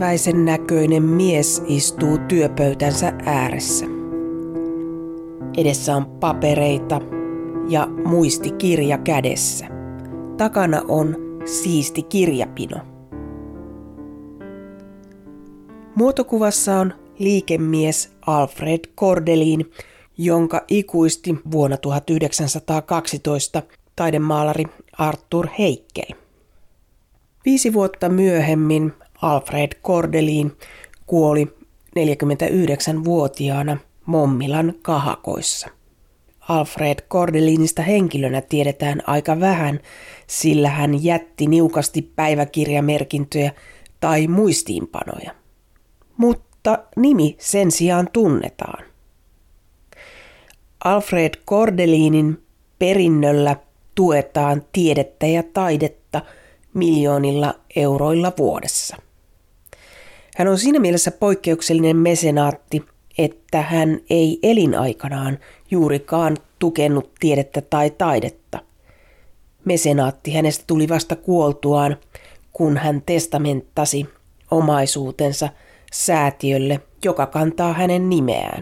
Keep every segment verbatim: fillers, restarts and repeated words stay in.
tyytyväisen näköinen mies istuu työpöytänsä ääressä. Edessä on papereita ja muistikirja kädessä. Takana on siisti kirjapino. Muotokuvassa on liikemies Alfred Kordelin, jonka ikuisti vuonna tuhatyhdeksänsataakaksitoista taidemaalari Arthur Heckel. Viisi vuotta myöhemmin Alfred Kordelin kuoli neljäkymmentäyhdeksänvuotiaana Mommilan kahakoissa. Alfred Kordelinista henkilönä tiedetään aika vähän, sillä hän jätti niukasti päiväkirjamerkintöjä tai muistiinpanoja. Mutta nimi sen sijaan tunnetaan. Alfred Kordelinin perinnöllä tuetaan tiedettä ja taidetta miljoonilla euroilla vuodessa. Hän on siinä mielessä poikkeuksellinen mesenaatti, että hän ei elinaikanaan juurikaan tukenut tiedettä tai taidetta. Mesenaatti hänestä tuli vasta kuoltuaan, kun hän testamenttasi omaisuutensa säätiölle, joka kantaa hänen nimeään.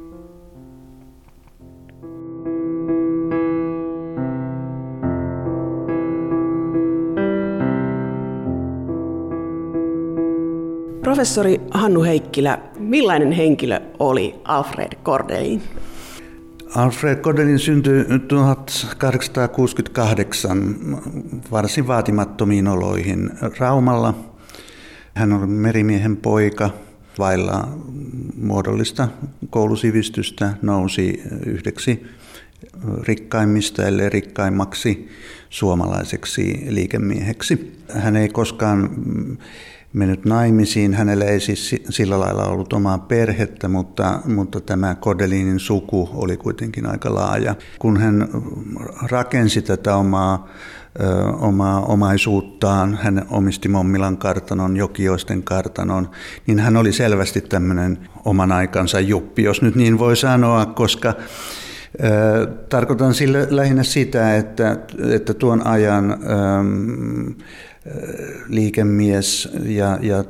Professori Hannu Heikkilä, millainen henkilö oli Alfred Kordelin? Alfred Kordelin syntyi tuhatkahdeksansataakuusikymmentäkahdeksan varsin vaatimattomiin oloihin Raumalla. Hän oli merimiehen poika, vailla muodollista koulusivistystä, nousi yhdeksi rikkaimmista, ellei rikkaimmaksi suomalaiseksi liikemieheksi. Hän ei koskaan mennyt naimisiin. Hänellä ei siis sillä lailla ollut omaa perhettä, mutta, mutta tämä Kordelinin suku oli kuitenkin aika laaja. Kun hän rakensi tätä omaa, ö, omaa omaisuuttaan, hän omisti Mommilan kartanon, Jokioisten kartanon, niin hän oli selvästi tämmöinen oman aikansa juppi, jos nyt niin voi sanoa, koska ö, tarkoitan sillä lähinnä sitä, että, että tuon ajan ö, liikemies ja, ja,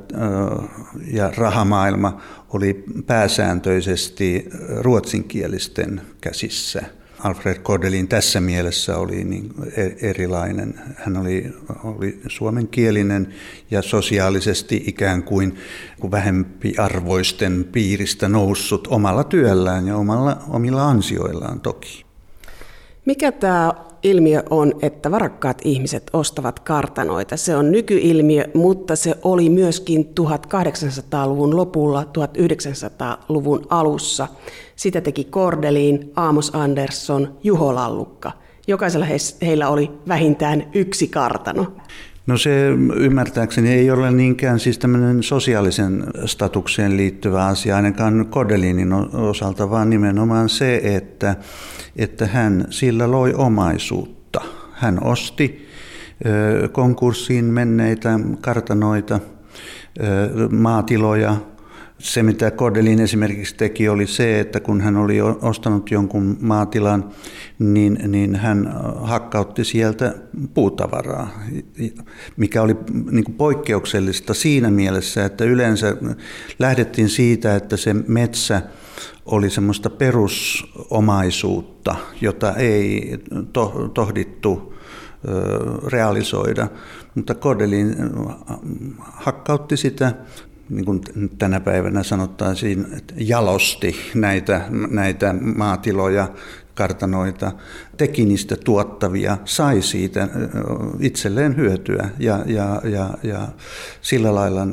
ja rahamaailma oli pääsääntöisesti ruotsinkielisten käsissä. Alfred Kordelin tässä mielessä oli niin erilainen. Hän oli, oli suomenkielinen ja sosiaalisesti ikään kuin vähempiarvoisten piiristä noussut omalla työllään ja omalla, omilla ansioillaan toki. Mikä tämä ilmiö on, että varakkaat ihmiset ostavat kartanoita? Se on nykyilmiö, mutta se oli myöskin tuhatkahdeksansataaluvun lopulla, tuhatyhdeksänsataaluvun alussa. Sitä teki Kordelin, Amos Andersson, Juho Lallukka. Jokaisella heillä oli vähintään yksi kartano. No se ymmärtääkseni ei ole niinkään siis tämmöinen sosiaalisen statukseen liittyvä asia, ainakaan Kordelinin osalta, vaan nimenomaan se, että, että hän sillä loi omaisuutta. Hän osti ö, konkurssiin menneitä kartanoita, ö, maatiloja. Se, mitä Kordelin esimerkiksi teki, oli se, että kun hän oli ostanut jonkun maatilan, niin, niin hän hakkautti sieltä puutavaraa, mikä oli niin kuin poikkeuksellista siinä mielessä, että yleensä lähdettiin siitä, että se metsä oli semmoista perusomaisuutta, jota ei to, tohdittu ö, realisoida, mutta Kordelin hakkautti sitä, niin kuin tänä päivänä sanottaisiin, että jalosti näitä, näitä maatiloja, kartanoita, teki niistä tuottavia, sai siitä itselleen hyötyä ja, ja, ja, ja sillä lailla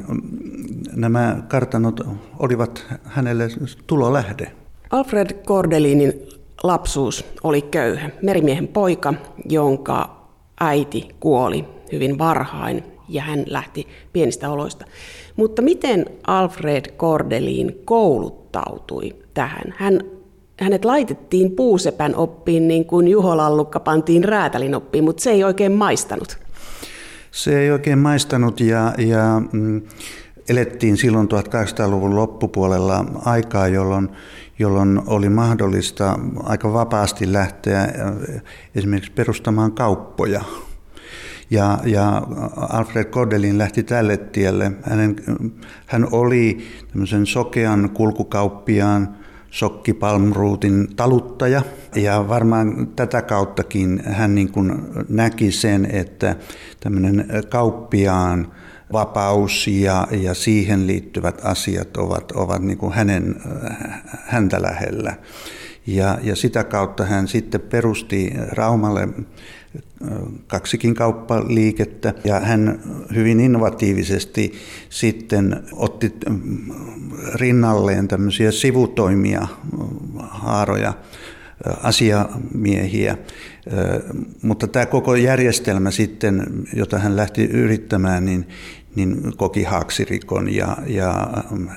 nämä kartanot olivat hänelle tulolähde. Alfred Kordelinin lapsuus oli köyhä. Merimiehen poika, jonka äiti kuoli hyvin varhain ja hän lähti pienistä oloista. Mutta miten Alfred Kordelin kouluttautui tähän? Hän, hänet laitettiin puusepän oppiin niin kuin Juho Lallukka pantiin räätälin oppiin, mutta se ei oikein maistanut. Se ei oikein maistanut ja, ja mm, elettiin silloin tuhatkahdeksansataaluvun loppupuolella aikaa, jolloin, jolloin oli mahdollista aika vapaasti lähteä esimerkiksi perustamaan kauppoja. Ja, ja Alfred Kordelin lähti tälle tielle. Hänen, hän oli tämmöisen sokean kulkukauppiaan Sokki Palmrootin taluttaja. Ja varmaan tätä kauttakin hän niin kuin näki sen, että tämmöinen kauppiaan vapaus ja, ja siihen liittyvät asiat ovat, ovat niin kuin hänen, häntä lähellä. Ja, ja sitä kautta hän sitten perusti Raumalle kaksikin kauppaliikettä ja hän hyvin innovatiivisesti sitten otti rinnalleen tämmöisiä sivutoimia, haaroja, asiamiehiä, mutta tämä koko järjestelmä sitten, jota hän lähti yrittämään, niin, niin koki haaksirikon ja, ja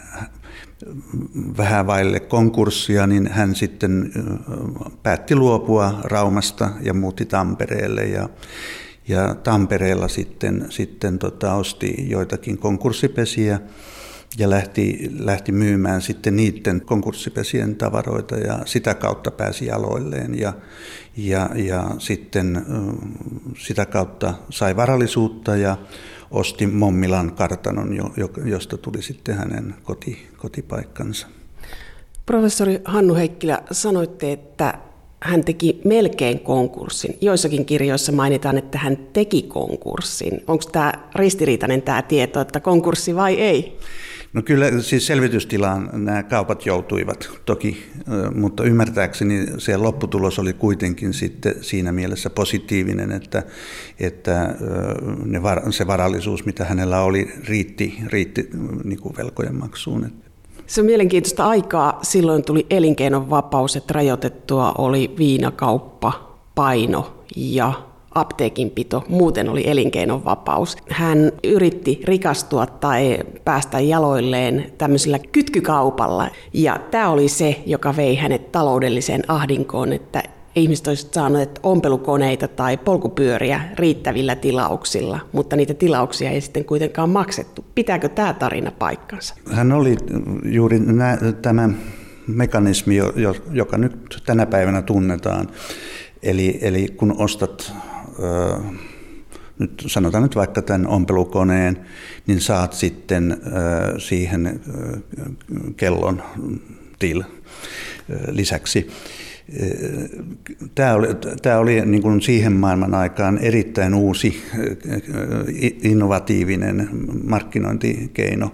vähän vaille konkurssia, niin hän sitten päätti luopua Raumasta ja muutti Tampereelle ja, ja Tampereella sitten, sitten tota, osti joitakin konkurssipesiä ja lähti, lähti myymään sitten niiden konkurssipesien tavaroita ja sitä kautta pääsi jaloilleen ja, ja, ja sitten sitä kautta sai varallisuutta ja osti Mommilan kartanon, josta tuli sitten hänen koti, kotipaikkansa. Professori Hannu Heikkilä, sanoitte, että hän teki melkein konkurssin. Joissakin kirjoissa mainitaan, että hän teki konkurssin. Onko tämä ristiriitainen tämä tieto, että konkurssi vai ei? No kyllä siis selvitystilaan nämä kaupat joutuivat toki, mutta ymmärtääkseni se lopputulos oli kuitenkin sitten siinä mielessä positiivinen, että, että ne var, se varallisuus, mitä hänellä oli, riitti, riitti niin kuin velkojen maksuun. Se on mielenkiintoista aikaa. Silloin tuli elinkeinon vapaus, että rajoitettua oli viinakauppa, paino ja apteekinpito, muuten oli elinkeinon vapaus. Hän yritti rikastua tai päästä jaloilleen tämmöisellä kytkykaupalla, ja tämä oli se, joka vei hänet taloudelliseen ahdinkoon, että ihmiset olisivat saaneet ompelukoneita tai polkupyöriä riittävillä tilauksilla, mutta niitä tilauksia ei sitten kuitenkaan maksettu. Pitääkö tämä tarina paikkansa? Hän oli juuri nä- tämä mekanismi, joka nyt tänä päivänä tunnetaan. Eli, eli kun ostat, ö, nyt sanotaan nyt vaikka tämän ompelukoneen, niin saat sitten ö, siihen ö, kellon til lisäksi. Tämä oli, tämä oli niin kuin siihen maailman aikaan erittäin uusi, innovatiivinen markkinointikeino.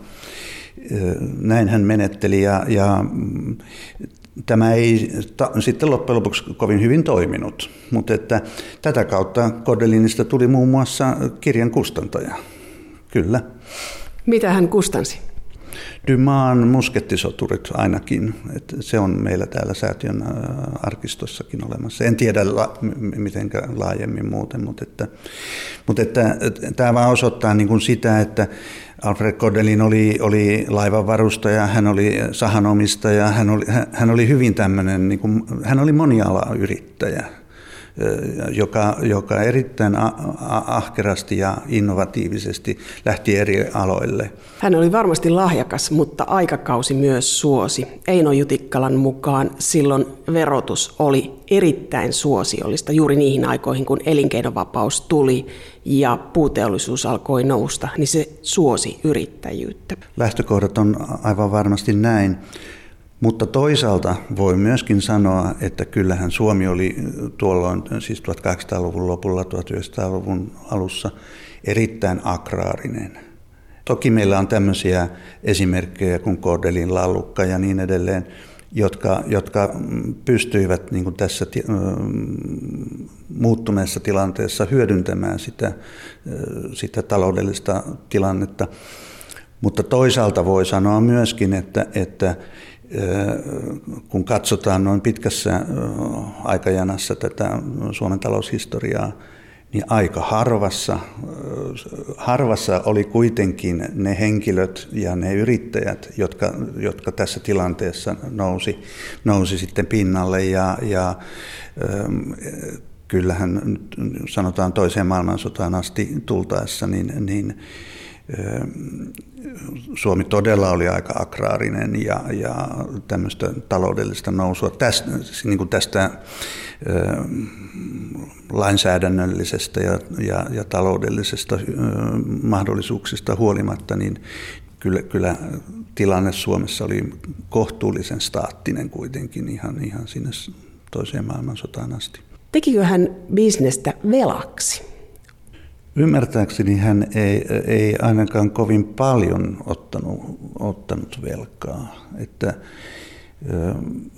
Näin hän menetteli ja, ja tämä ei ta, sitten loppujen lopuksi kovin hyvin toiminut, mutta että tätä kautta Kordelinista tuli muun muassa kirjan kustantaja. Kyllä. Mitä hän kustansi? Dumaan muskettisoturit ainakin. Että se on meillä täällä säätiön arkistossakin olemassa. En tiedä la, miten laajemmin muuten, mutta, että, mutta että, että, tämä vaan osoittaa niin kuin sitä, että Alfred Kordelin oli, oli laivanvarustaja, hän oli sahanomistaja, hän oli, hän oli hyvin tämmöinen, niin kuin, hän oli monialayrittäjä, joka, joka erittäin ahkerasti ja innovatiivisesti lähti eri aloille. Hän oli varmasti lahjakas, mutta aikakausi myös suosi. Eino Jutikkalan mukaan silloin verotus oli erittäin suosiollista juuri niihin aikoihin, kun elinkeinovapaus tuli ja puuteollisuus alkoi nousta, niin se suosi yrittäjyyttä. Lähtökohdat on aivan varmasti näin. Mutta toisaalta voi myöskin sanoa, että kyllähän Suomi oli tuolloin, siis tuhatkahdeksansataaluvun lopulla, tuhatyhdeksänsataaluvun alussa erittäin agraarinen. Toki meillä on tämmöisiä esimerkkejä kuin Kordelin lallukka ja niin edelleen, jotka, jotka pystyivät niin kuin tässä ti- muuttuneessa tilanteessa hyödyntämään sitä, sitä taloudellista tilannetta. Mutta toisaalta voi sanoa myöskin, että, että kun katsotaan noin pitkässä aikajanassa tätä Suomen taloushistoriaa, niin aika harvassa, harvassa oli kuitenkin ne henkilöt ja ne yrittäjät, jotka, jotka tässä tilanteessa nousi, nousi sitten pinnalle. Ja, ja kyllähän sanotaan toiseen maailmansotaan asti tultaessa, niin, niin Suomi todella oli aika agraarinen ja, ja tämmöistä taloudellista nousua tästä, niin kuin tästä lainsäädännöllisestä ja, ja, ja taloudellisesta mahdollisuuksista huolimatta, niin kyllä, kyllä tilanne Suomessa oli kohtuullisen staattinen kuitenkin ihan, ihan sinne toiseen maailmansotaan asti. Tekikö hän bisnestä velaksi? Ymmärtääkseni hän ei, ei ainakaan kovin paljon ottanut, ottanut velkaa. Että, ö,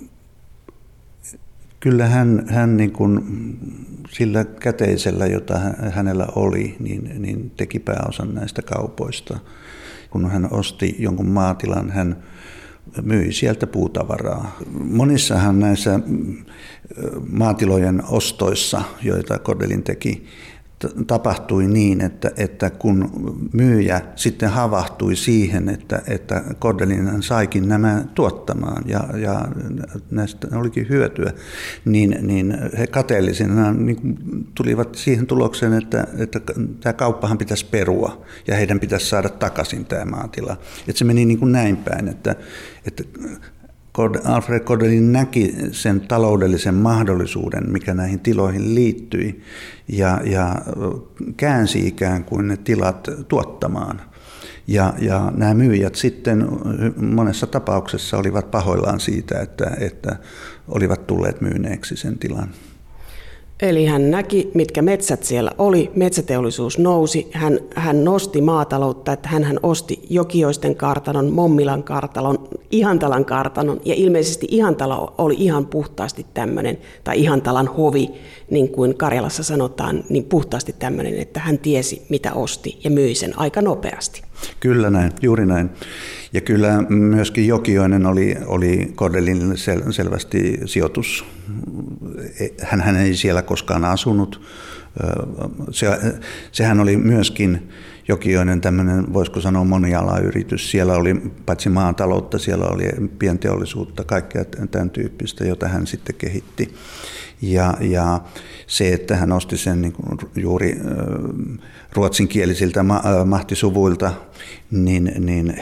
kyllä hän, hän niin kuin sillä käteisellä, jota hänellä oli, niin, niin teki pääosan näistä kaupoista. Kun hän osti jonkun maatilan, hän myi sieltä puutavaraa. Monissahan näissä maatilojen ostoissa, joita Kordelin teki, tapahtui niin, että, että kun myyjä sitten havahtui siihen, että, että Kordelin saikin nämä tuottamaan ja, ja näistä olikin hyötyä, niin, niin he kateellisina niin tulivat siihen tulokseen, että, että tämä kauppahan pitäisi perua ja heidän pitäisi saada takaisin tämä maatila. Että se meni niin kuin näin päin, että, että Alfred Kordelin näki sen taloudellisen mahdollisuuden, mikä näihin tiloihin liittyi, ja, ja käänsi ikään kuin ne tilat tuottamaan. Ja, ja nämä myyjät sitten monessa tapauksessa olivat pahoillaan siitä, että, että olivat tulleet myyneeksi sen tilan. Eli hän näki, mitkä metsät siellä oli, metsäteollisuus nousi, hän, hän nosti maataloutta, että hän osti Jokioisten kartanon, Mommilan kartanon, Ihantalan kartanon, ja ilmeisesti Ihantala oli ihan puhtaasti tämmöinen, tai Ihantalan hovi, niin kuin Karjalassa sanotaan, niin puhtaasti tämmöinen, että hän tiesi, mitä osti ja myi sen aika nopeasti. Kyllä näin, juuri näin. Ja kyllä myöskin Jokioinen oli, oli Kordelinille sel, selvästi sijoitus. Hän, hän ei siellä koskaan asunut. Se, sehän oli myöskin Jokioinen tämmöinen, voisiko sanoa, monialayritys. Siellä oli paitsi maataloutta, siellä oli pienteollisuutta, kaikkea tämän tyyppistä, jota hän sitten kehitti. Ja, ja se, että hän osti sen niin kuin juuri ruotsinkielisiltä mahtisuvuilta, niin, niin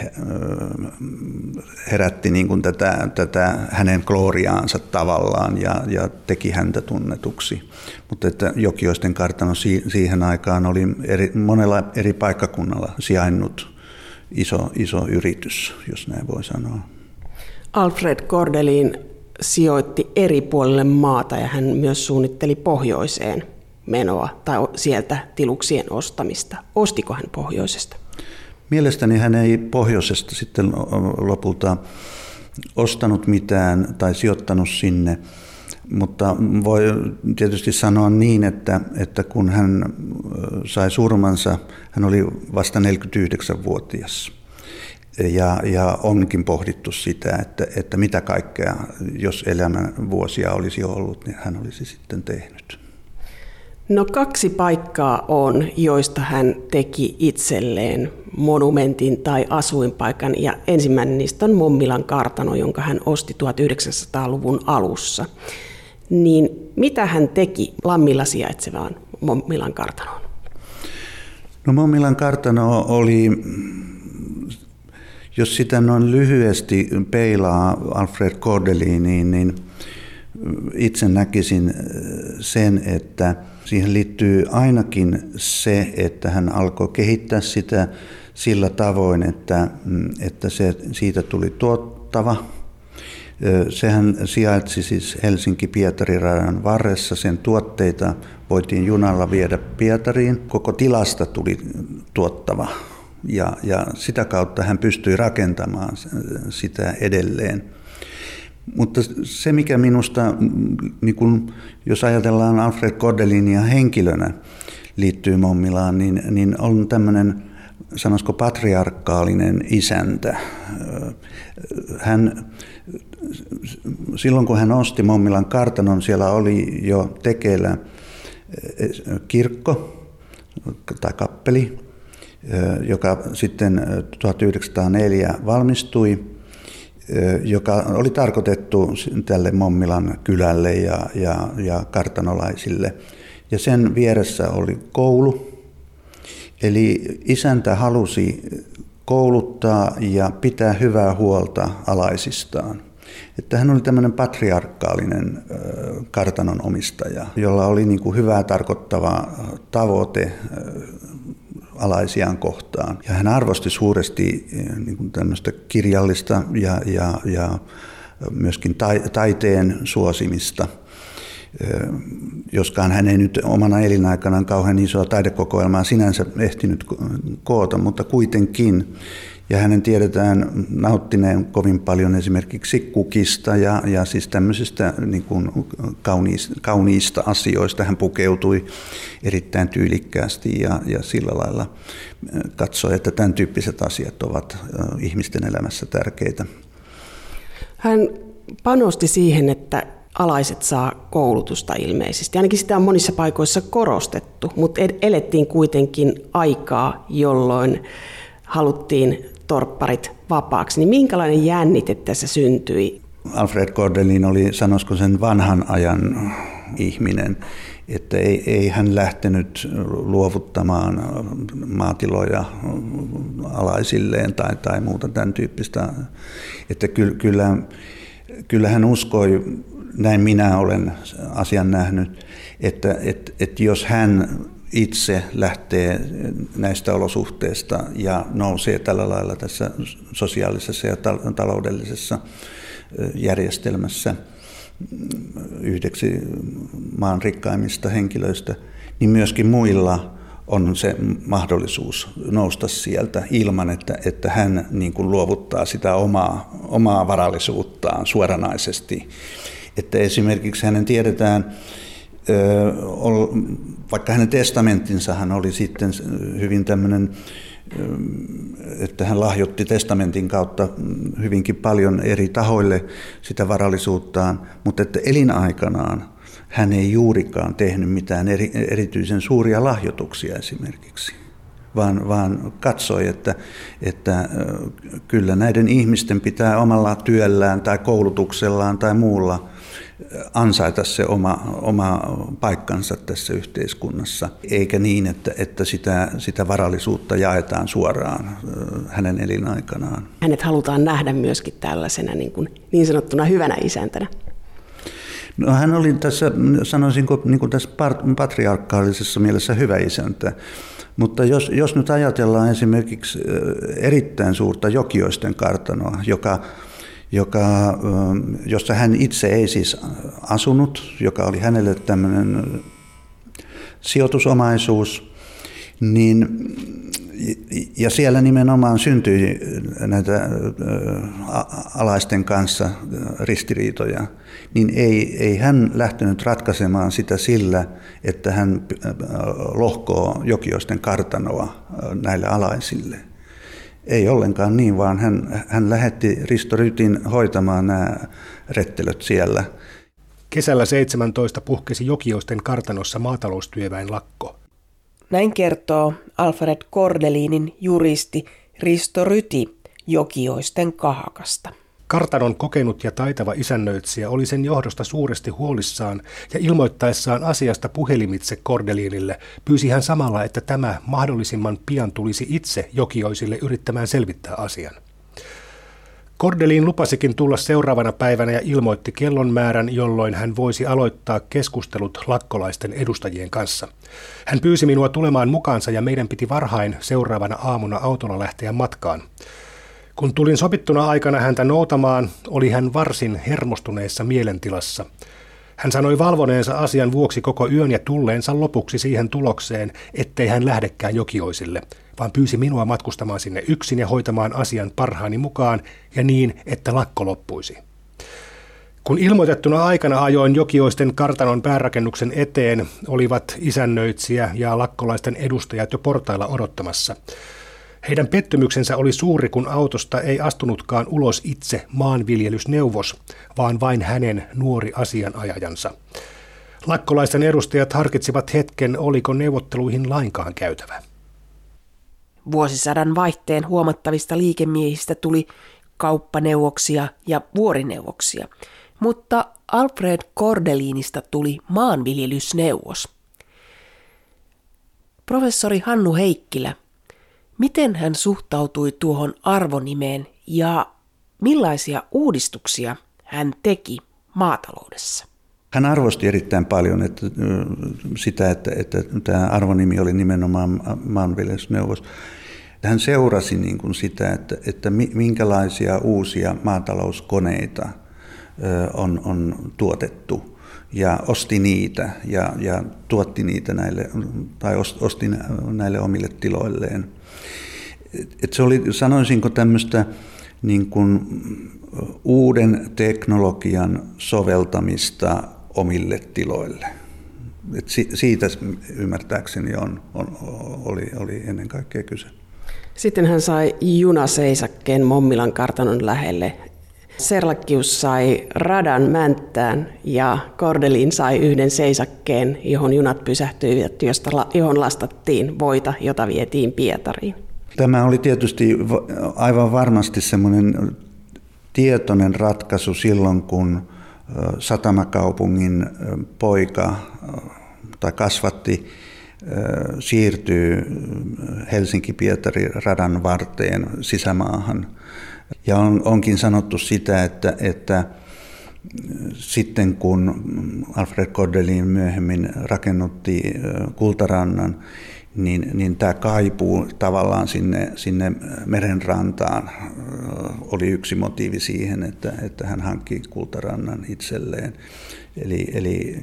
herätti niin kuin tätä, tätä hänen glooriaansa tavallaan ja, ja teki häntä tunnetuksi. Mutta että Jokioisten kartano siihen aikaan oli eri, monella eri paikkakunnalla sijainnut iso, iso yritys, jos näin voi sanoa. Alfred Kordelin sijoitti eri puolille maata ja hän myös suunnitteli pohjoiseen menoa tai sieltä tiluksien ostamista. Ostiko hän pohjoisesta? Mielestäni hän ei pohjoisesta sitten lopulta ostanut mitään tai sijoittanut sinne, mutta voi tietysti sanoa niin, että, että kun hän sai surmansa, hän oli vasta neljäkymmentäyhdeksänvuotias. Ja, ja onkin pohdittu sitä, että, että mitä kaikkea, jos elämän vuosia olisi ollut, niin hän olisi sitten tehnyt. No kaksi paikkaa on, joista hän teki itselleen monumentin tai asuinpaikan, ja ensimmäinen niistä on Mommilan kartano, jonka hän osti tuhatyhdeksänsataaluvun alussa. Niin mitä hän teki Lammilla sijaitsevaan Mommilan kartanoon? No Mommilan kartano oli, jos sitä noin lyhyesti peilaa Alfred Kordeliniin, niin itse näkisin sen, että siihen liittyy ainakin se, että hän alkoi kehittää sitä sillä tavoin, että, että se, siitä tuli tuottava. Sehän sijaitsi siis Helsinki-Pietari-radan varressa. Sen tuotteita voitiin junalla viedä Pietariin. Koko tilasta tuli tuottava ja, ja sitä kautta hän pystyi rakentamaan sitä edelleen. Mutta se, mikä minusta, niin kun, jos ajatellaan Alfred Kordelinia henkilönä liittyy Mommilaan, niin, niin on tämmöinen, sanoisiko, patriarkaalinen isäntä. Hän, silloin kun hän osti Mommilan kartanon, siellä oli jo tekeillä kirkko tai kappeli, joka sitten tuhatyhdeksänsataaneljä valmistui, joka oli tarkoitettu tälle Mommilan kylälle ja, ja, ja kartanolaisille. Ja sen vieressä oli koulu, Eli isäntä halusi kouluttaa ja pitää hyvää huolta alaisistaan. Että hän oli tämmöinen patriarkaalinen kartanon omistaja, jolla oli niin kuin hyvää tarkoittava tavoite alaisiaan kohtaan. Ja hän arvosti suuresti niin kuin tämmöistä kirjallista ja, ja, ja myöskin taiteen suosimista. Joskaan hän ei nyt omana elinaikanaan kauhean isoa taidekokoelmaa sinänsä ehtinyt koota, mutta kuitenkin. Ja hänen tiedetään nauttineen kovin paljon esimerkiksi kukista ja, ja siis tämmöisistä niin kuin kauniista, kauniista asioista. Hän pukeutui erittäin tyylikkäästi ja, ja sillä lailla katsoi, että tämän tyyppiset asiat ovat ihmisten elämässä tärkeitä. Hän panosti siihen, että alaiset saa koulutusta ilmeisesti. Ainakin sitä on monissa paikoissa korostettu, mutta elettiin kuitenkin aikaa, jolloin haluttiin torpparit vapaaksi. Niin minkälainen jännite tässä syntyi? Alfred Kordelin oli, sanoisiko sen vanhan ajan ihminen, että ei, ei hän lähtenyt luovuttamaan maatiloja alaisilleen tai, tai muuta tämän tyyppistä. Että kyllä, kyllä hän uskoi, näin minä olen asian nähnyt, että, että, että jos hän itse lähtee näistä olosuhteista ja nousee tällä lailla tässä sosiaalisessa ja taloudellisessa järjestelmässä yhdeksi maan rikkaimmista henkilöistä, niin myöskin muilla on se mahdollisuus nousta sieltä ilman, että, että hän niin kuin luovuttaa sitä omaa, omaa varallisuuttaan suoranaisesti. Että esimerkiksi hänen tiedetään, vaikka hänen testamenttinsahan oli sitten hyvin tämmöinen, että hän lahjoitti testamentin kautta hyvinkin paljon eri tahoille sitä varallisuuttaan, mutta että elinaikanaan hän ei juurikaan tehnyt mitään eri, erityisen suuria lahjoituksia esimerkiksi, vaan, vaan katsoi, että, että kyllä näiden ihmisten pitää omalla työllään tai koulutuksellaan tai muulla ansaita se oma, oma paikkansa tässä yhteiskunnassa, eikä niin, että, että sitä, sitä varallisuutta jaetaan suoraan hänen elinaikanaan. Hänet halutaan nähdä myöskin tällaisena niin, kuin, niin sanottuna hyvänä isäntänä. No, hän oli tässä, sanoisinko, niin kuin tässä patriarkaalisessa mielessä hyvä isäntä. Mutta jos, jos nyt ajatellaan esimerkiksi erittäin suurta Jokioisten kartanoa, joka joka, jossa hän itse ei siis asunut, joka oli hänelle tämmöinen sijoitusomaisuus, niin, ja siellä nimenomaan syntyi näitä alaisten kanssa ristiriitoja, niin ei, ei hän lähtenyt ratkaisemaan sitä sillä, että hän lohkoo Jokioisten kartanoa näille alaisille. Ei ollenkaan niin, vaan hän, hän lähetti Risto Rytin hoitamaan nämä rettelöt siellä. Kesällä seitsemäntoista puhkesi Jokioisten kartanossa maataloustyöväen lakko. Näin kertoo Alfred Kordelinin juristi Risto Ryti Jokioisten kahakasta. Kartanon kokenut ja taitava isännöitsijä oli sen johdosta suuresti huolissaan ja ilmoittaessaan asiasta puhelimitse Kordelinille pyysi hän samalla, että tämä mahdollisimman pian tulisi itse Jokioisille yrittämään selvittää asian. Kordelin lupasikin tulla seuraavana päivänä ja ilmoitti kellonmäärän, jolloin hän voisi aloittaa keskustelut lakkolaisten edustajien kanssa. Hän pyysi minua tulemaan mukaansa ja meidän piti varhain seuraavana aamuna autolla lähteä matkaan. Kun tulin sovittuna aikana häntä noutamaan, oli hän varsin hermostuneessa mielentilassa. Hän sanoi valvoneensa asian vuoksi koko yön ja tulleensa lopuksi siihen tulokseen, ettei hän lähdekään Jokioisille, vaan pyysi minua matkustamaan sinne yksin ja hoitamaan asian parhaani mukaan ja niin, että lakko loppuisi. Kun ilmoitettuna aikana ajoin Jokioisten kartanon päärakennuksen eteen, olivat isännöitsijä ja lakkolaisten edustajat jo portailla odottamassa. Heidän pettymyksensä oli suuri, kun autosta ei astunutkaan ulos itse maanviljelysneuvos, vaan vain hänen nuori asianajajansa. Lakkolaisten edustajat harkitsivat hetken, oliko neuvotteluihin lainkaan käytävä. Vuosisadan vaihteen huomattavista liikemiehistä tuli kauppaneuvoksia ja vuorineuvoksia, mutta Alfred Kordelinista tuli maanviljelysneuvos. Professori Hannu Heikkilä, miten hän suhtautui tuohon arvonimeen ja millaisia uudistuksia hän teki maataloudessa? Hän arvosti erittäin paljon että, sitä, että, että tämä arvonimi oli nimenomaan maanviljelysneuvos. Hän seurasi niin kuin sitä, että, että minkälaisia uusia maatalouskoneita on, on tuotettu ja osti niitä ja, ja tuotti niitä näille, tai osti näille omille tiloilleen. Et se oli, sanoisinko, tämmöistä niin kuin uuden teknologian soveltamista omille tiloille. Et siitä ymmärtääkseni on, on, oli, oli ennen kaikkea kyse. Sitten hän sai junaseisakkeen Mommilan kartanon lähelle. Serlakkius sai radan Mänttään ja Kordelin sai yhden seisakkeen, johon junat pysähtyivät, josta, johon lastattiin voita, jota vietiin Pietariin. Tämä oli tietysti aivan varmasti semmoinen tietoinen ratkaisu silloin, kun satamakaupungin poika tai kasvatti siirtyy Helsinki-Pietari-radan varteen sisämaahan. Ja on, onkin sanottu sitä, että, että sitten kun Alfred Kordelin myöhemmin rakennutti Kultarannan, niin, niin tämä kaipuu tavallaan sinne, sinne merenrantaan oli yksi motiivi siihen, että, että hän hankki Kultarannan itselleen. Eli, eli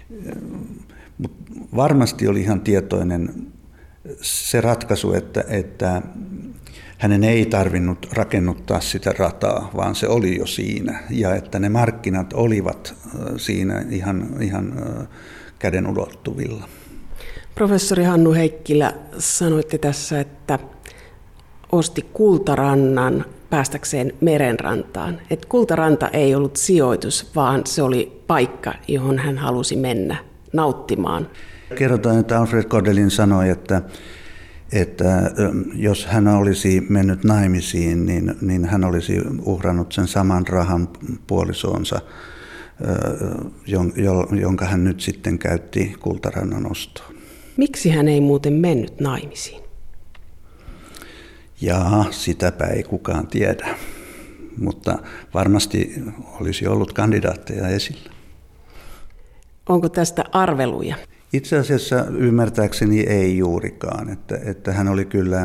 varmasti oli ihan tietoinen se ratkaisu, että, että hänen ei tarvinnut rakennuttaa sitä rataa, vaan se oli jo siinä. Ja että ne markkinat olivat siinä ihan, ihan käden ulottuvilla. Professori Hannu Heikkilä, sanoitte tässä, että osti Kultarannan päästäkseen merenrantaan. Että Kultaranta ei ollut sijoitus, vaan se oli paikka, johon hän halusi mennä nauttimaan. Kerrotaan, että Alfred Kordelin sanoi, että, että jos hän olisi mennyt naimisiin, niin, niin hän olisi uhrannut sen saman rahan puolisoonsa, jonka hän nyt sitten käytti Kultarannan ostoon. Miksi hän ei muuten mennyt naimisiin? Jaa, sitäpä ei kukaan tiedä, mutta varmasti olisi ollut kandidaatteja esillä. Onko tästä arveluja? Itse asiassa ymmärtääkseni ei juurikaan, että, että hän oli kyllä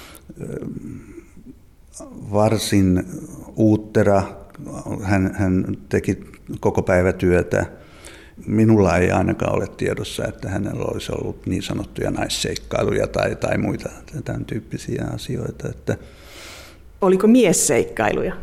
varsin uuttera, hän, hän teki koko päivätyötä. Minulla ei ainakaan ole tiedossa, että hänellä olisi ollut niin sanottuja naisseikkailuja tai, tai muita tämän tyyppisiä asioita. Että oliko miesseikkailuja?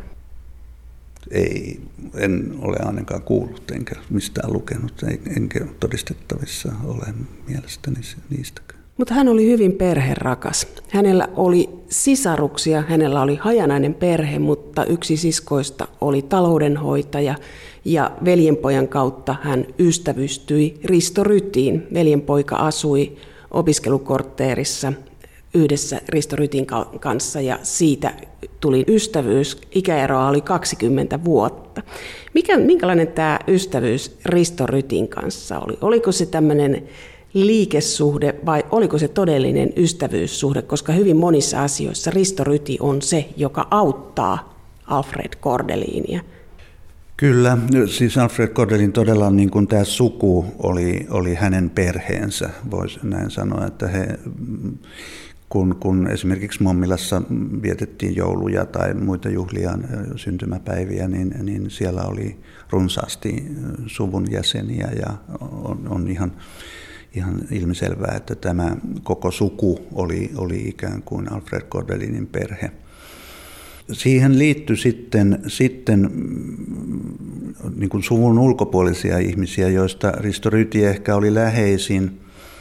Ei, en ole ainakaan kuullut enkä mistään lukenut, enkä todistettavissa ole mielestäni niistäkään. Mutta hän oli hyvin perherakas. Hänellä oli sisaruksia, hänellä oli hajanainen perhe, mutta yksi siskoista oli taloudenhoitaja ja veljenpojan kautta hän ystävystyi Risto Rytiin. Veljenpoika asui opiskelukortteerissa yhdessä Risto Rytin kanssa ja siitä tuli ystävyys. Ikäeroa oli kaksikymmentä vuotta. Mikä, minkälainen tämä ystävyys Risto Rytin kanssa oli? Oliko se tämmöinen liikesuhde vai oliko se todellinen ystävyyssuhde, koska hyvin monissa asioissa Risto Ryti on se, joka auttaa Alfred Kordelinia? Kyllä, siis Alfred Kordelin todella niin kuin tämä suku oli, oli hänen perheensä, voisi näin sanoa, että he, kun, kun esimerkiksi Mommilassa vietettiin jouluja tai muita juhlia, syntymäpäiviä, niin, niin siellä oli runsaasti suvun jäseniä ja on, on ihan Ihan ilmiselvää, että tämä koko suku oli, oli ikään kuin Alfred Kordelinin perhe. Siihen liittyi sitten, sitten niin kuin suvun ulkopuolisia ihmisiä, joista Risto Ryti ehkä oli läheisin,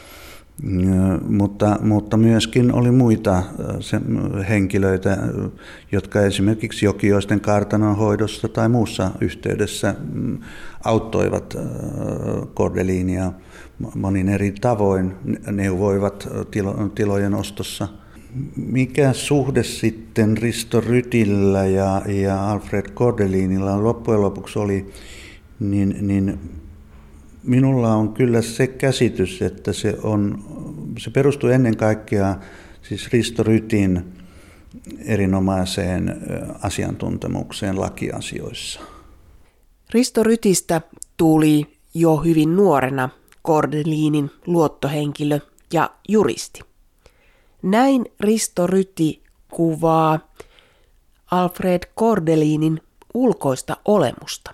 mutta, mutta myöskin oli muita henkilöitä, jotka esimerkiksi Jokioisten kartanon hoidossa tai muussa yhteydessä auttoivat Kordelinia monin eri tavoin, neuvoivat tilo, tilojen ostossa. Mikä suhde sitten Risto Rytillä ja, ja Alfred Kordelinilla loppujen lopuksi oli, niin, niin minulla on kyllä se käsitys, että se on se perustui ennen kaikkea siis Risto Rytin erinomaiseen asiantuntemukseen lakiasioissa. Risto Rytistä tuli jo hyvin nuorena Kordelinin luottohenkilö ja juristi. Näin Risto Ryti kuvaa Alfred Kordelinin ulkoista olemusta.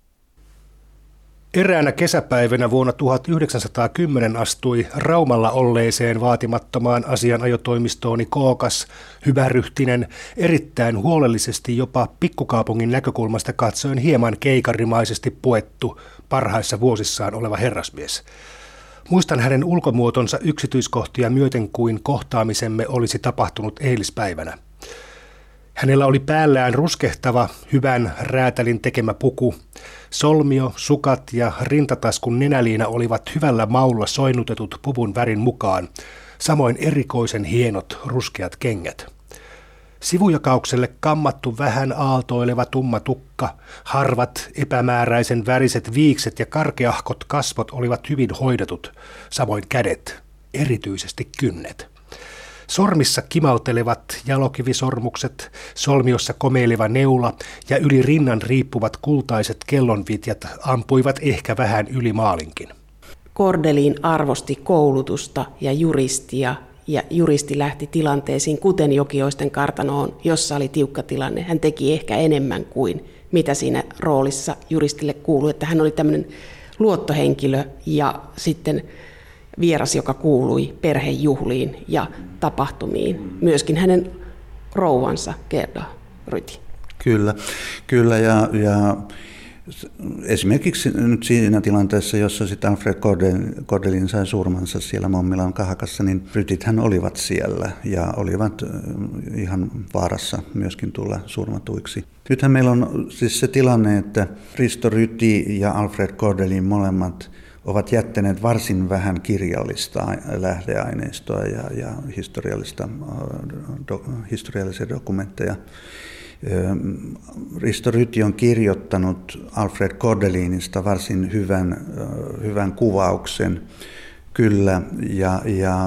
Eräänä kesäpäivänä vuonna tuhatyhdeksänsataakymmenen astui Raumalla olleeseen vaatimattomaan asianajotoimistooni kookas, hyväryhtinen, erittäin huolellisesti jopa pikkukaupungin näkökulmasta katsoen hieman keikarimaisesti puettu parhaissa vuosissaan oleva herrasmies. Muistan hänen ulkomuotonsa yksityiskohtia myöten kuin kohtaamisemme olisi tapahtunut eilispäivänä. Hänellä oli päällään ruskehtava, hyvän räätälin tekemä puku. Solmio, sukat ja rintataskun nenäliina olivat hyvällä maulla soinnutetut puvun värin mukaan, samoin erikoisen hienot ruskeat kengät. Sivujakaukselle kammattu vähän aaltoileva tumma tukka, harvat epämääräisen väriset viikset ja karkeahkot kasvot olivat hyvin hoidetut, samoin kädet, erityisesti kynnet. Sormissa kimauttelevat jalokivisormukset, solmiossa komeileva neula ja yli rinnan riippuvat kultaiset kellonvitjat ampuivat ehkä vähän yli maalinkin. Kordelin arvosti koulutusta ja juristia, ja juristi lähti tilanteisiin, kuten Jokioisten kartanoon, jossa oli tiukka tilanne. Hän teki ehkä enemmän kuin mitä siinä roolissa juristille kuului, että hän oli tämmöinen luottohenkilö ja sitten vieras, joka kuului perhejuhliin ja tapahtumiin. Myöskin hänen rouvansa Gerda Ryti. Kyllä, kyllä ja, ja esimerkiksi nyt siinä tilanteessa, jossa sitten Alfred Kordelin sai surmansa siellä Mommilan kahakassa, niin Rytithän olivat siellä ja olivat ihan vaarassa myöskin tulla surmatuiksi. Nythän meillä on siis se tilanne, että Risto Ryti ja Alfred Kordelin molemmat ovat jättäneet varsin vähän kirjallista lähdeaineistoa ja, ja historiallista, do, historiallisia dokumentteja. Risto Ryti on kirjoittanut Alfred Kordelinista varsin hyvän, hyvän kuvauksen, kyllä, ja, ja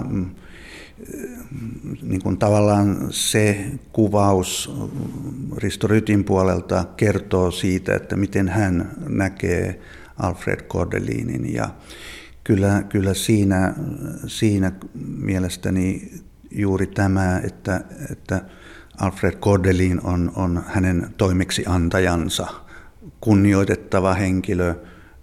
niin kuin tavallaan se kuvaus Risto Rytin puolelta kertoo siitä, että miten hän näkee Alfred Kordelinin, ja kyllä, kyllä siinä, siinä mielestäni juuri tämä, että, että Alfred Kordelin on, on hänen toimeksiantajansa, kunnioitettava henkilö,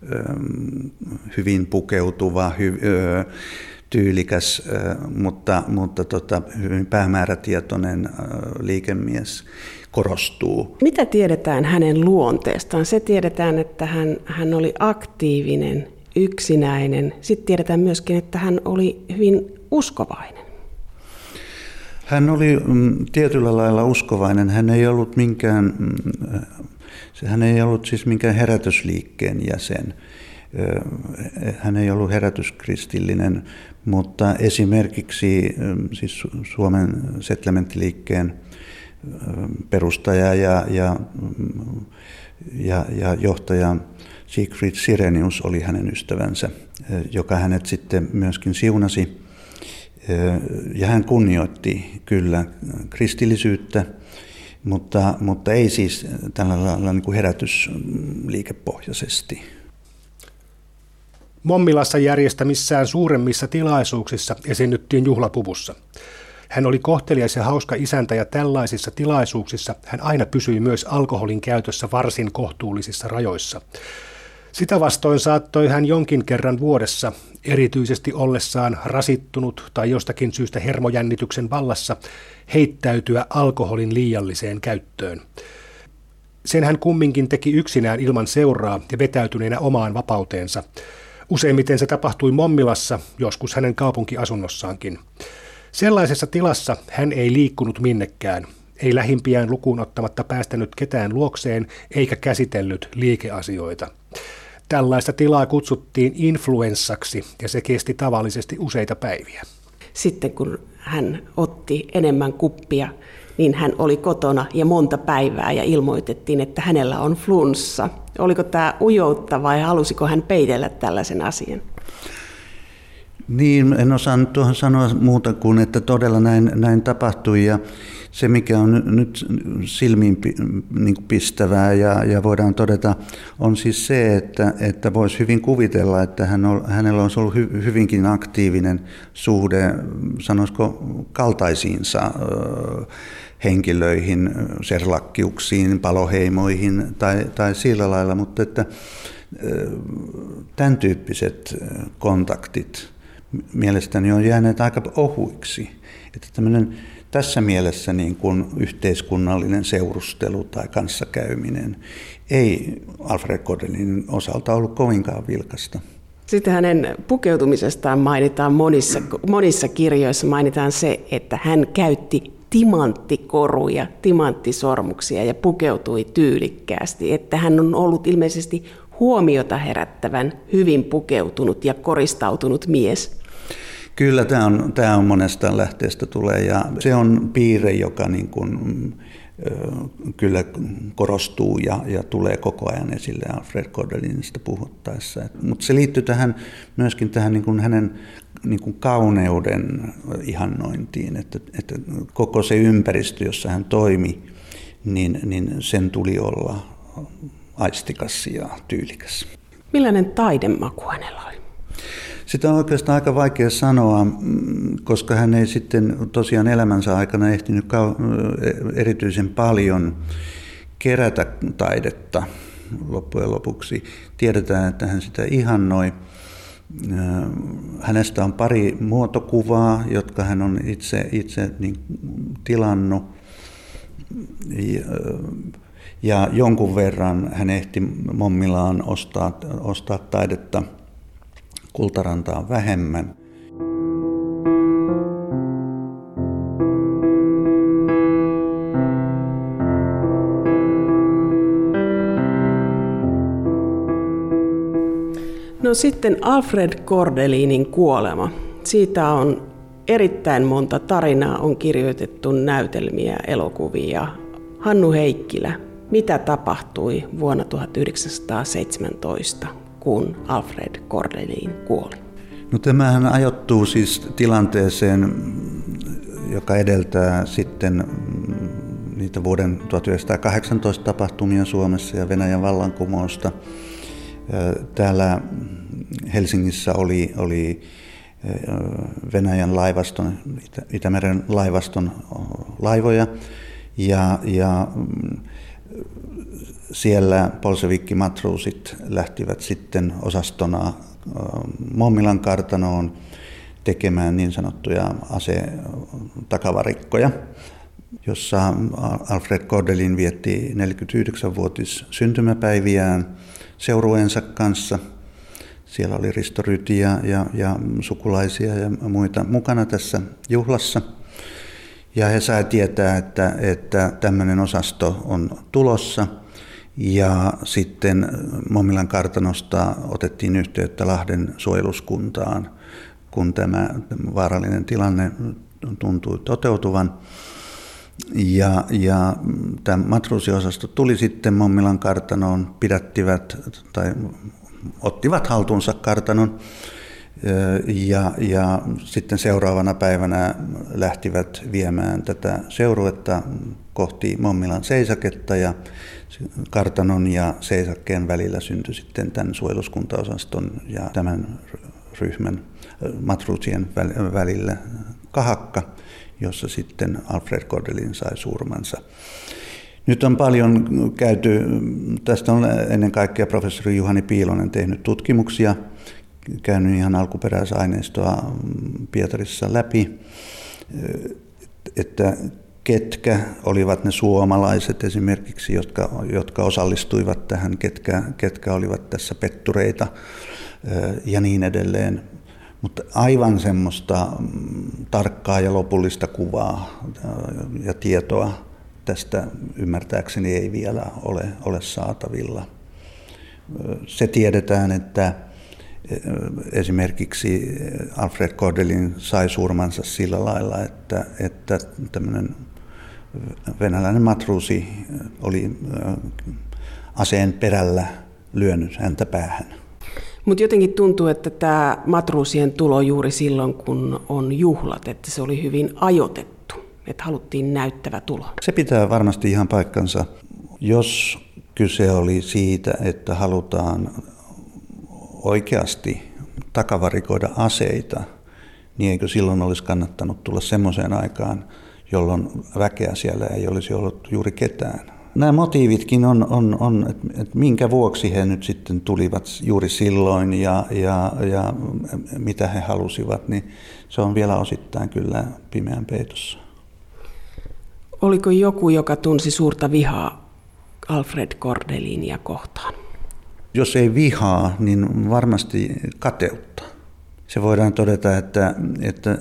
hyvin pukeutuva, hy, tyylikäs, mutta, mutta tota, hyvin päämäärätietoinen liikemies korostuu. Mitä tiedetään hänen luonteestaan? Se tiedetään, että hän, hän oli aktiivinen, yksinäinen. Sitten tiedetään myöskin, että hän oli hyvin uskovainen. Hän oli tietyllä lailla uskovainen. Hän ei ollut minkään, hän ei ollut siis minkään herätysliikkeen jäsen. Hän ei ollut herätyskristillinen, mutta esimerkiksi siis Suomen settlementtiliikkeen perustaja ja, ja, ja, ja johtaja Siegfried Sirenius oli hänen ystävänsä, joka hänet sitten myöskin siunasi. Ja hän kunnioitti kyllä kristillisyyttä, mutta, mutta ei siis tällä lailla niin kuin herätysliikepohjaisesti. Mommilassa järjestämissään suuremmissa tilaisuuksissa esiinnyttiin juhlapuvussa. Hän oli kohtelias ja hauska isäntä ja tällaisissa tilaisuuksissa hän aina pysyi myös alkoholin käytössä varsin kohtuullisissa rajoissa. Sitä vastoin saattoi hän jonkin kerran vuodessa, erityisesti ollessaan rasittunut tai jostakin syystä hermojännityksen vallassa, heittäytyä alkoholin liialliseen käyttöön. Sen hän kumminkin teki yksinään ilman seuraa ja vetäytyneenä omaan vapauteensa. Useimmiten se tapahtui Mommilassa, joskus hänen kaupunkiasunnossaankin. Sellaisessa tilassa hän ei liikkunut minnekään, ei lähimpiään lukuun ottamatta päästänyt ketään luokseen eikä käsitellyt liikeasioita. Tällaista tilaa kutsuttiin influenssaksi ja se kesti tavallisesti useita päiviä. Sitten kun hän otti enemmän kuppia, niin hän oli kotona ja monta päivää ja ilmoitettiin, että hänellä on flunssa. Oliko tämä ujoutta vai halusiko hän peitellä tällaisen asian? Niin, en osaa nyt tuohon sanoa muuta kuin, että todella näin, näin tapahtui ja se mikä on nyt silmiin niin pistävää ja, ja voidaan todeta on siis se, että, että voisi hyvin kuvitella, että hän on, hänellä olisi ollut hy, hyvinkin aktiivinen suhde, sanoisiko kaltaisiinsa ö, henkilöihin, serlakkiuksiin, paloheimoihin tai, tai sillä lailla, mutta että tämän tyyppiset kontaktit mielestäni on jääneet aika ohuiksi. Että tämmöinen tässä mielessä niin kuin yhteiskunnallinen seurustelu tai kanssakäyminen ei Alfred Kordelinin osalta ollut kovinkaan vilkasta. Sitten hänen pukeutumisestaan mainitaan monissa, monissa kirjoissa mainitaan se, että hän käytti timanttikoruja, timanttisormuksia ja pukeutui tyylikkäästi. Että hän on ollut ilmeisesti huomiota herättävän, hyvin pukeutunut ja koristautunut mies. Kyllä, tämä on, tämä on monesta lähteestä tulee ja se on piirre, joka niin kuin, kyllä korostuu ja, ja tulee koko ajan esille Alfred Kordelinista puhuttaessa. Mutta se liittyy tähän, myöskin tähän niin kuin hänen niin kuin kauneuden ihannointiin, että, että koko se ympäristö, jossa hän toimi, niin, niin sen tuli olla aistikas ja tyylikäs. Millainen taidemaku hänellä oli? Sitä on oikeastaan aika vaikea sanoa, koska hän ei sitten tosiaan elämänsä aikana ehtinyt erityisen paljon kerätä taidetta loppujen lopuksi. Tiedetään, että hän sitä ihannoi. Hänestä on pari muotokuvaa, jotka hän on itse, itse niin tilannut. Ja jonkun verran hän ehti Mommillaan ostaa, ostaa taidetta Kultarantaan vähemmän. No sitten Alfred Kordelinin kuolema. Siitä on erittäin monta tarinaa, on kirjoitettu näytelmiä, elokuvia. Hannu Heikkilä, mitä tapahtui vuonna tuhatyhdeksänsataaseitsemäntoista, kun Alfred Kordelin kuoli? No tämähän ajoittuu siis tilanteeseen, joka edeltää sitten niitä vuoden tuhatyhdeksänsataakahdeksantoista tapahtumia Suomessa ja Venäjän vallankumousta. Täällä Helsingissä oli, oli Venäjän laivaston, Itämeren laivaston laivoja ja, ja siellä bolshevikki-matruusit lähtivät sitten osastona Mommilan kartanoon tekemään niin sanottuja ase-takavarikkoja, jossa Alfred Kordelin vietti neljäkymmentäyhdeksänvuotis syntymäpäiviään seurueensa kanssa. Siellä oli Risto Ryti ja, ja, ja sukulaisia ja muita mukana tässä juhlassa. Ja he sai tietää, että, että tämmöinen osasto on tulossa. Ja sitten Mommilan kartanosta otettiin yhteyttä Lahden suojeluskuntaan, kun tämä vaarallinen tilanne tuntui toteutuvan. Ja, ja tämä matruusiosasto tuli sitten Mommilan kartanoon, pidättivät tai ottivat haltuunsa kartanon ja, ja sitten seuraavana päivänä lähtivät viemään tätä seuruetta kohti Mommilan seisaketta ja kartanon ja seisakkeen välillä syntyi sitten tämän suojeluskuntaosaston ja tämän ryhmän matruusien välillä kahakka, jossa sitten Alfred Kordelin sai surmansa. Nyt on paljon käyty, tästä on ennen kaikkea professori Juhani Piilonen tehnyt tutkimuksia, käynyt ihan alkuperäisaineistoa Pietarissa läpi, että ketkä olivat ne suomalaiset esimerkiksi, jotka, jotka osallistuivat tähän, ketkä, ketkä olivat tässä pettureita ja niin edelleen. Mutta aivan semmoista tarkkaa ja lopullista kuvaa ja tietoa tästä ymmärtääkseni ei vielä ole, ole saatavilla. Se tiedetään, että esimerkiksi Alfred Kordelin sai surmansa sillä lailla, että, että tämmöinen venäläinen matruusi oli aseen perällä lyönyt häntä päähän. Mutta jotenkin tuntuu, että tämä matruusien tulo juuri silloin, kun on juhlat, että se oli hyvin ajoitettu, että haluttiin näyttävä tulo. Se pitää varmasti ihan paikkansa. Jos kyse oli siitä, että halutaan oikeasti takavarikoida aseita, niin eikö silloin olisi kannattanut tulla semmoiseen aikaan, jolloin väkeä siellä ei olisi ollut juuri ketään. Nämä motiivitkin on, on, on että et minkä vuoksi he nyt sitten tulivat juuri silloin ja, ja, ja mitä he halusivat, niin se on vielä osittain kyllä pimeän peitossa. Oliko joku, joka tunsi suurta vihaa Alfred Kordelinia kohtaan? Jos ei vihaa, niin varmasti kateutta. Se voidaan todeta, että, että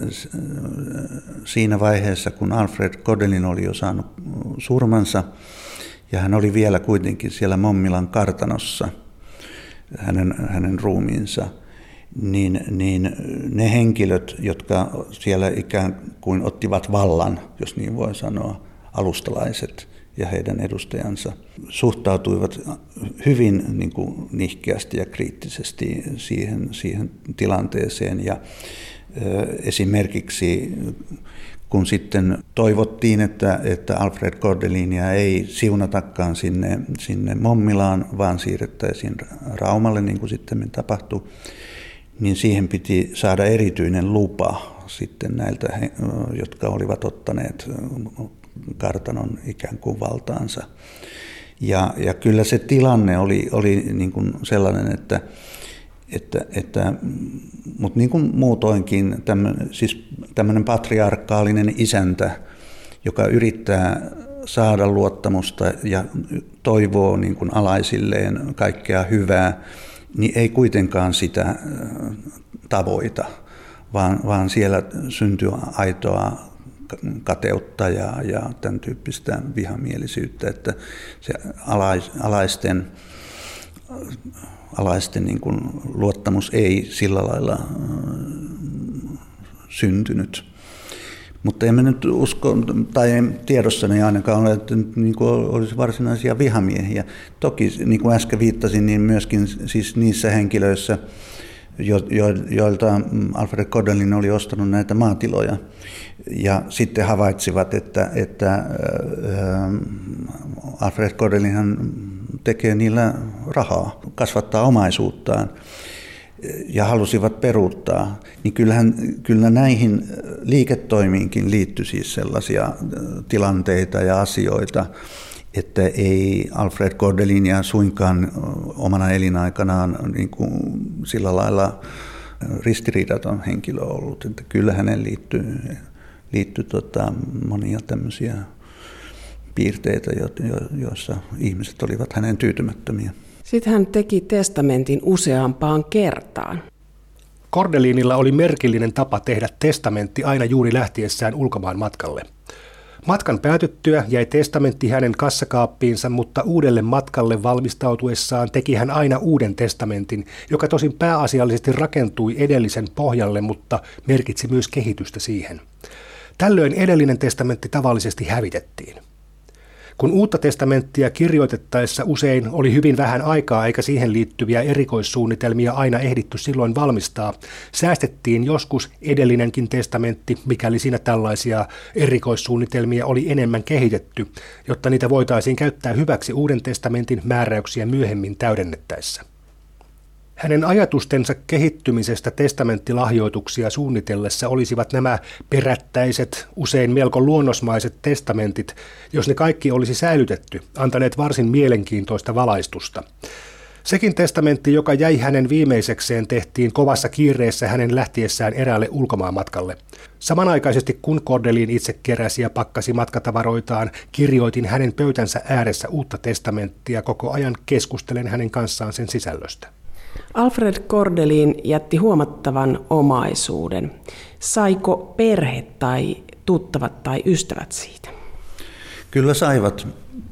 siinä vaiheessa, kun Alfred Kordelin oli jo saanut surmansa, ja hän oli vielä kuitenkin siellä Mommilan kartanossa, hänen, hänen ruumiinsa, niin, niin ne henkilöt, jotka siellä ikään kuin ottivat vallan, jos niin voi sanoa, alustalaiset ja heidän edustajansa, suhtautuivat hyvin niin kuin nihkeästi ja kriittisesti siihen, siihen tilanteeseen. Ja ö, esimerkiksi kun sitten toivottiin, että, että Alfred Kordelinia ei siunatakaan sinne, sinne Mommilaan, vaan siirrettäisiin Raumalle, niin kuin sitten tapahtui, niin siihen piti saada erityinen lupa sitten näiltä, jotka olivat ottaneet kartanon ikään kuin valtaansa. Ja, ja kyllä se tilanne oli, oli niin kuin sellainen, että, että, että mutta niin kuin muutoinkin tämmöinen, siis tämmöinen patriarkaalinen isäntä, joka yrittää saada luottamusta ja toivoo niin kuin alaisilleen kaikkea hyvää, niin ei kuitenkaan sitä tavoita, vaan, vaan siellä syntyy aitoa kateutta ja, ja tämän tyyppistä vihamielisyyttä, että se alais, alaisten, alaisten niin kuin luottamus ei sillä lailla syntynyt. Mutta emme nyt usko, tai tiedossani ainakaan ole, että niin kuin olisi varsinaisia vihamiehiä. Toki, niin kuin äsken viittasin, niin myöskin siis niissä henkilöissä, jo, jo, joilta Alfred Kordelin oli ostanut näitä maatiloja, ja sitten havaitsivat, että, että äh, Alfred Kordelinhan tekee niillä rahaa, kasvattaa omaisuuttaan, ja halusivat peruuttaa, niin kyllähän, kyllä näihin liiketoimiinkin liittyi siis sellaisia tilanteita ja asioita, että ei Alfred Kordelinia suinkaan omana elinaikanaan niin kuin sillä lailla ristiriidaton henkilö ollut. Että kyllä hänen liittyy, liittyy tota monia tämmöisiä piirteitä, joissa ihmiset olivat hänen tyytymättömiä. Sitten hän teki testamentin useampaan kertaan. Kordelinilla oli merkillinen tapa tehdä testamentti aina juuri lähtiessään ulkomaan matkalle. Matkan päätyttyä jäi testamentti hänen kassakaappiinsa, mutta uudelle matkalle valmistautuessaan teki hän aina uuden testamentin, joka tosin pääasiallisesti rakentui edellisen pohjalle, mutta merkitsi myös kehitystä siihen. Tällöin edellinen testamentti tavallisesti hävitettiin. Kun uutta testamenttia kirjoitettaessa usein oli hyvin vähän aikaa eikä siihen liittyviä erikoissuunnitelmia aina ehditty silloin valmistaa, säästettiin joskus edellinenkin testamentti, mikäli siinä tällaisia erikoissuunnitelmia oli enemmän kehitetty, jotta niitä voitaisiin käyttää hyväksi uuden testamentin määräyksiä myöhemmin täydennettäessä. Hänen ajatustensa kehittymisestä testamenttilahjoituksia suunnitellessa olisivat nämä perättäiset, usein melko luonnosmaiset testamentit, jos ne kaikki olisi säilytetty, antaneet varsin mielenkiintoista valaistusta. Sekin testamentti, joka jäi hänen viimeisekseen, tehtiin kovassa kiireessä hänen lähtiessään eräälle ulkomaanmatkalle. Samanaikaisesti kun Kordelin itse keräsi ja pakkasi matkatavaroitaan, kirjoitin hänen pöytänsä ääressä uutta testamenttia koko ajan keskustelen hänen kanssaan sen sisällöstä. Alfred Kordelin jätti huomattavan omaisuuden. Saiko perhe tai tuttavat tai ystävät siitä? Kyllä saivat.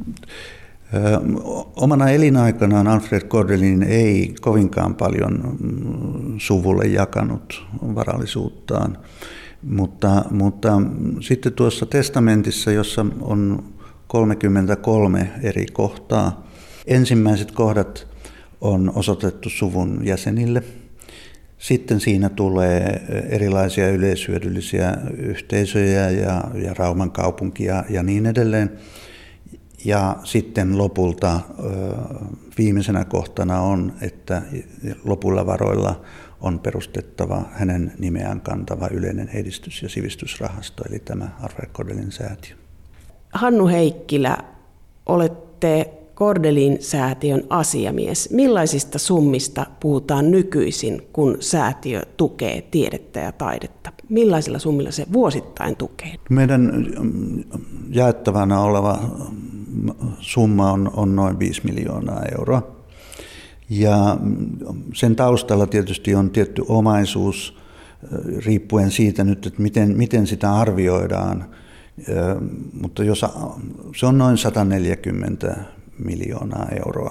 Ö, omana elinaikanaan Alfred Kordelin ei kovinkaan paljon suvulle jakanut varallisuuttaan, mutta, mutta sitten tuossa testamentissa, jossa on kolmekymmentäkolme eri kohtaa, ensimmäiset kohdat on osoitettu suvun jäsenille. Sitten siinä tulee erilaisia yleishyödyllisiä yhteisöjä ja, ja Rauman kaupunkia ja niin edelleen. Ja sitten lopulta viimeisenä kohtana on, että lopulla varoilla on perustettava hänen nimeään kantava yleinen edistys- ja sivistysrahasto, eli tämä Alfred Kordelin säätiö. Hannu Heikkilä, olette Kordelin säätiön asiamies. Millaisista summista puhutaan nykyisin, kun säätiö tukee tiedettä ja taidetta? Millaisilla summilla se vuosittain tukee? Meidän jaettavana oleva summa on, on noin viisi miljoonaa euroa. Ja sen taustalla tietysti on tietty omaisuus, riippuen siitä nyt, että miten, miten sitä arvioidaan. Mutta jos, se on noin sata neljäkymmentä miljoonaa euroa.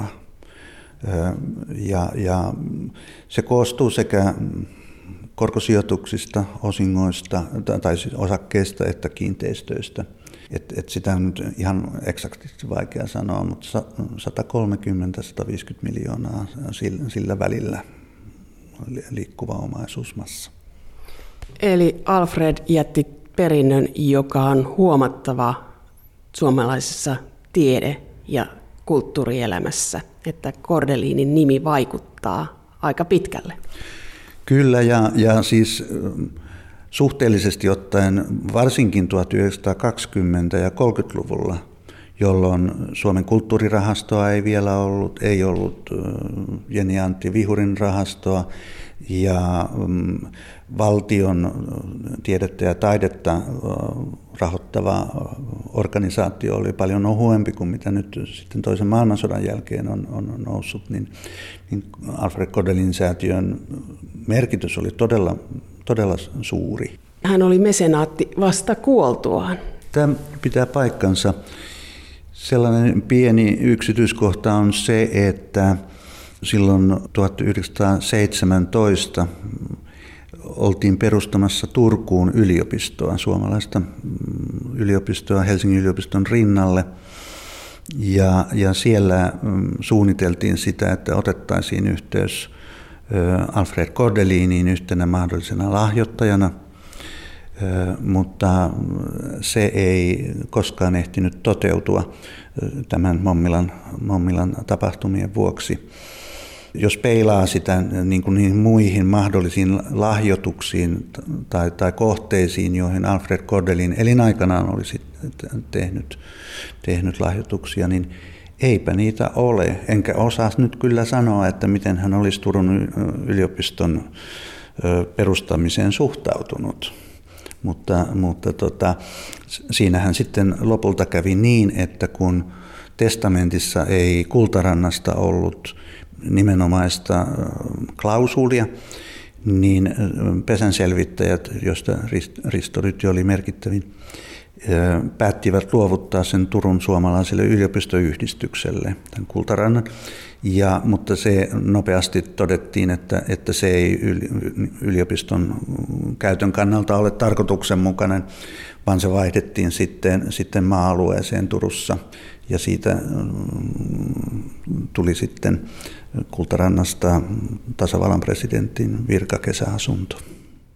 Ja, ja se koostuu sekä korkosijoituksista, osingoista tai siis osakkeista että kiinteistöistä. Et, et sitä on nyt ihan eksaktisti vaikea sanoa, mutta sata kolmekymmentä viisikymmentä miljoonaa sillä, sillä välillä liikkuva omaisuusmassa. Eli Alfred jätti perinnön, joka on huomattava suomalaisessa tiede- ja kulttuurielämässä, että Kordelinin nimi vaikuttaa aika pitkälle. Kyllä, ja, ja siis suhteellisesti ottaen varsinkin tuhatyhdeksänsataakaksikymmentä- ja kolmekymmentäluvulla, jolloin Suomen kulttuurirahastoa ei vielä ollut, ei ollut Jenni Antti Vihurin rahastoa, ja valtion tiedettä ja taidetta rahoittava organisaatio oli paljon ohuempi kuin mitä nyt sitten toisen maailmansodan jälkeen on, on noussut, niin, niin Alfred Kordelin säätiön merkitys oli todella, todella suuri. Hän oli mesenaatti vasta kuoltuaan. Tämä pitää paikkansa. Sellainen pieni yksityiskohta on se, että silloin tuhatyhdeksänsataaseitsemäntoista oltiin perustamassa Turkuun yliopistoa, suomalaista yliopistoa Helsingin yliopiston rinnalle. Ja, ja siellä suunniteltiin sitä, että otettaisiin yhteys Alfred Kordeliniin yhtenä mahdollisena lahjoittajana, mutta se ei koskaan ehtinyt toteutua tämän Mommilan, Mommilan tapahtumien vuoksi. Jos peilaa sitä niin kuin niihin muihin mahdollisiin lahjoituksiin tai, tai kohteisiin, joihin Alfred Kordelin elinaikanaan olisi tehnyt, tehnyt lahjoituksia, niin eipä niitä ole. Enkä osaa nyt kyllä sanoa, että miten hän olisi Turun yliopiston perustamiseen suhtautunut. Mutta, mutta tota, siinähän sitten lopulta kävi niin, että kun testamentissa ei Kultarannasta ollut nimenomaista klausuulia, niin pesänselvittäjät, joista Risto Rytty oli merkittävin, päättivät luovuttaa sen Turun suomalaiselle yliopistoyhdistykselle, tämän Kultarannan. Ja, mutta se nopeasti todettiin, että, että se ei yliopiston käytön kannalta ole tarkoituksenmukainen, vaan se vaihdettiin sitten, sitten maa-alueeseen Turussa. Ja siitä tuli sitten Kultarannasta tasavallan presidentin virkakesäasunto.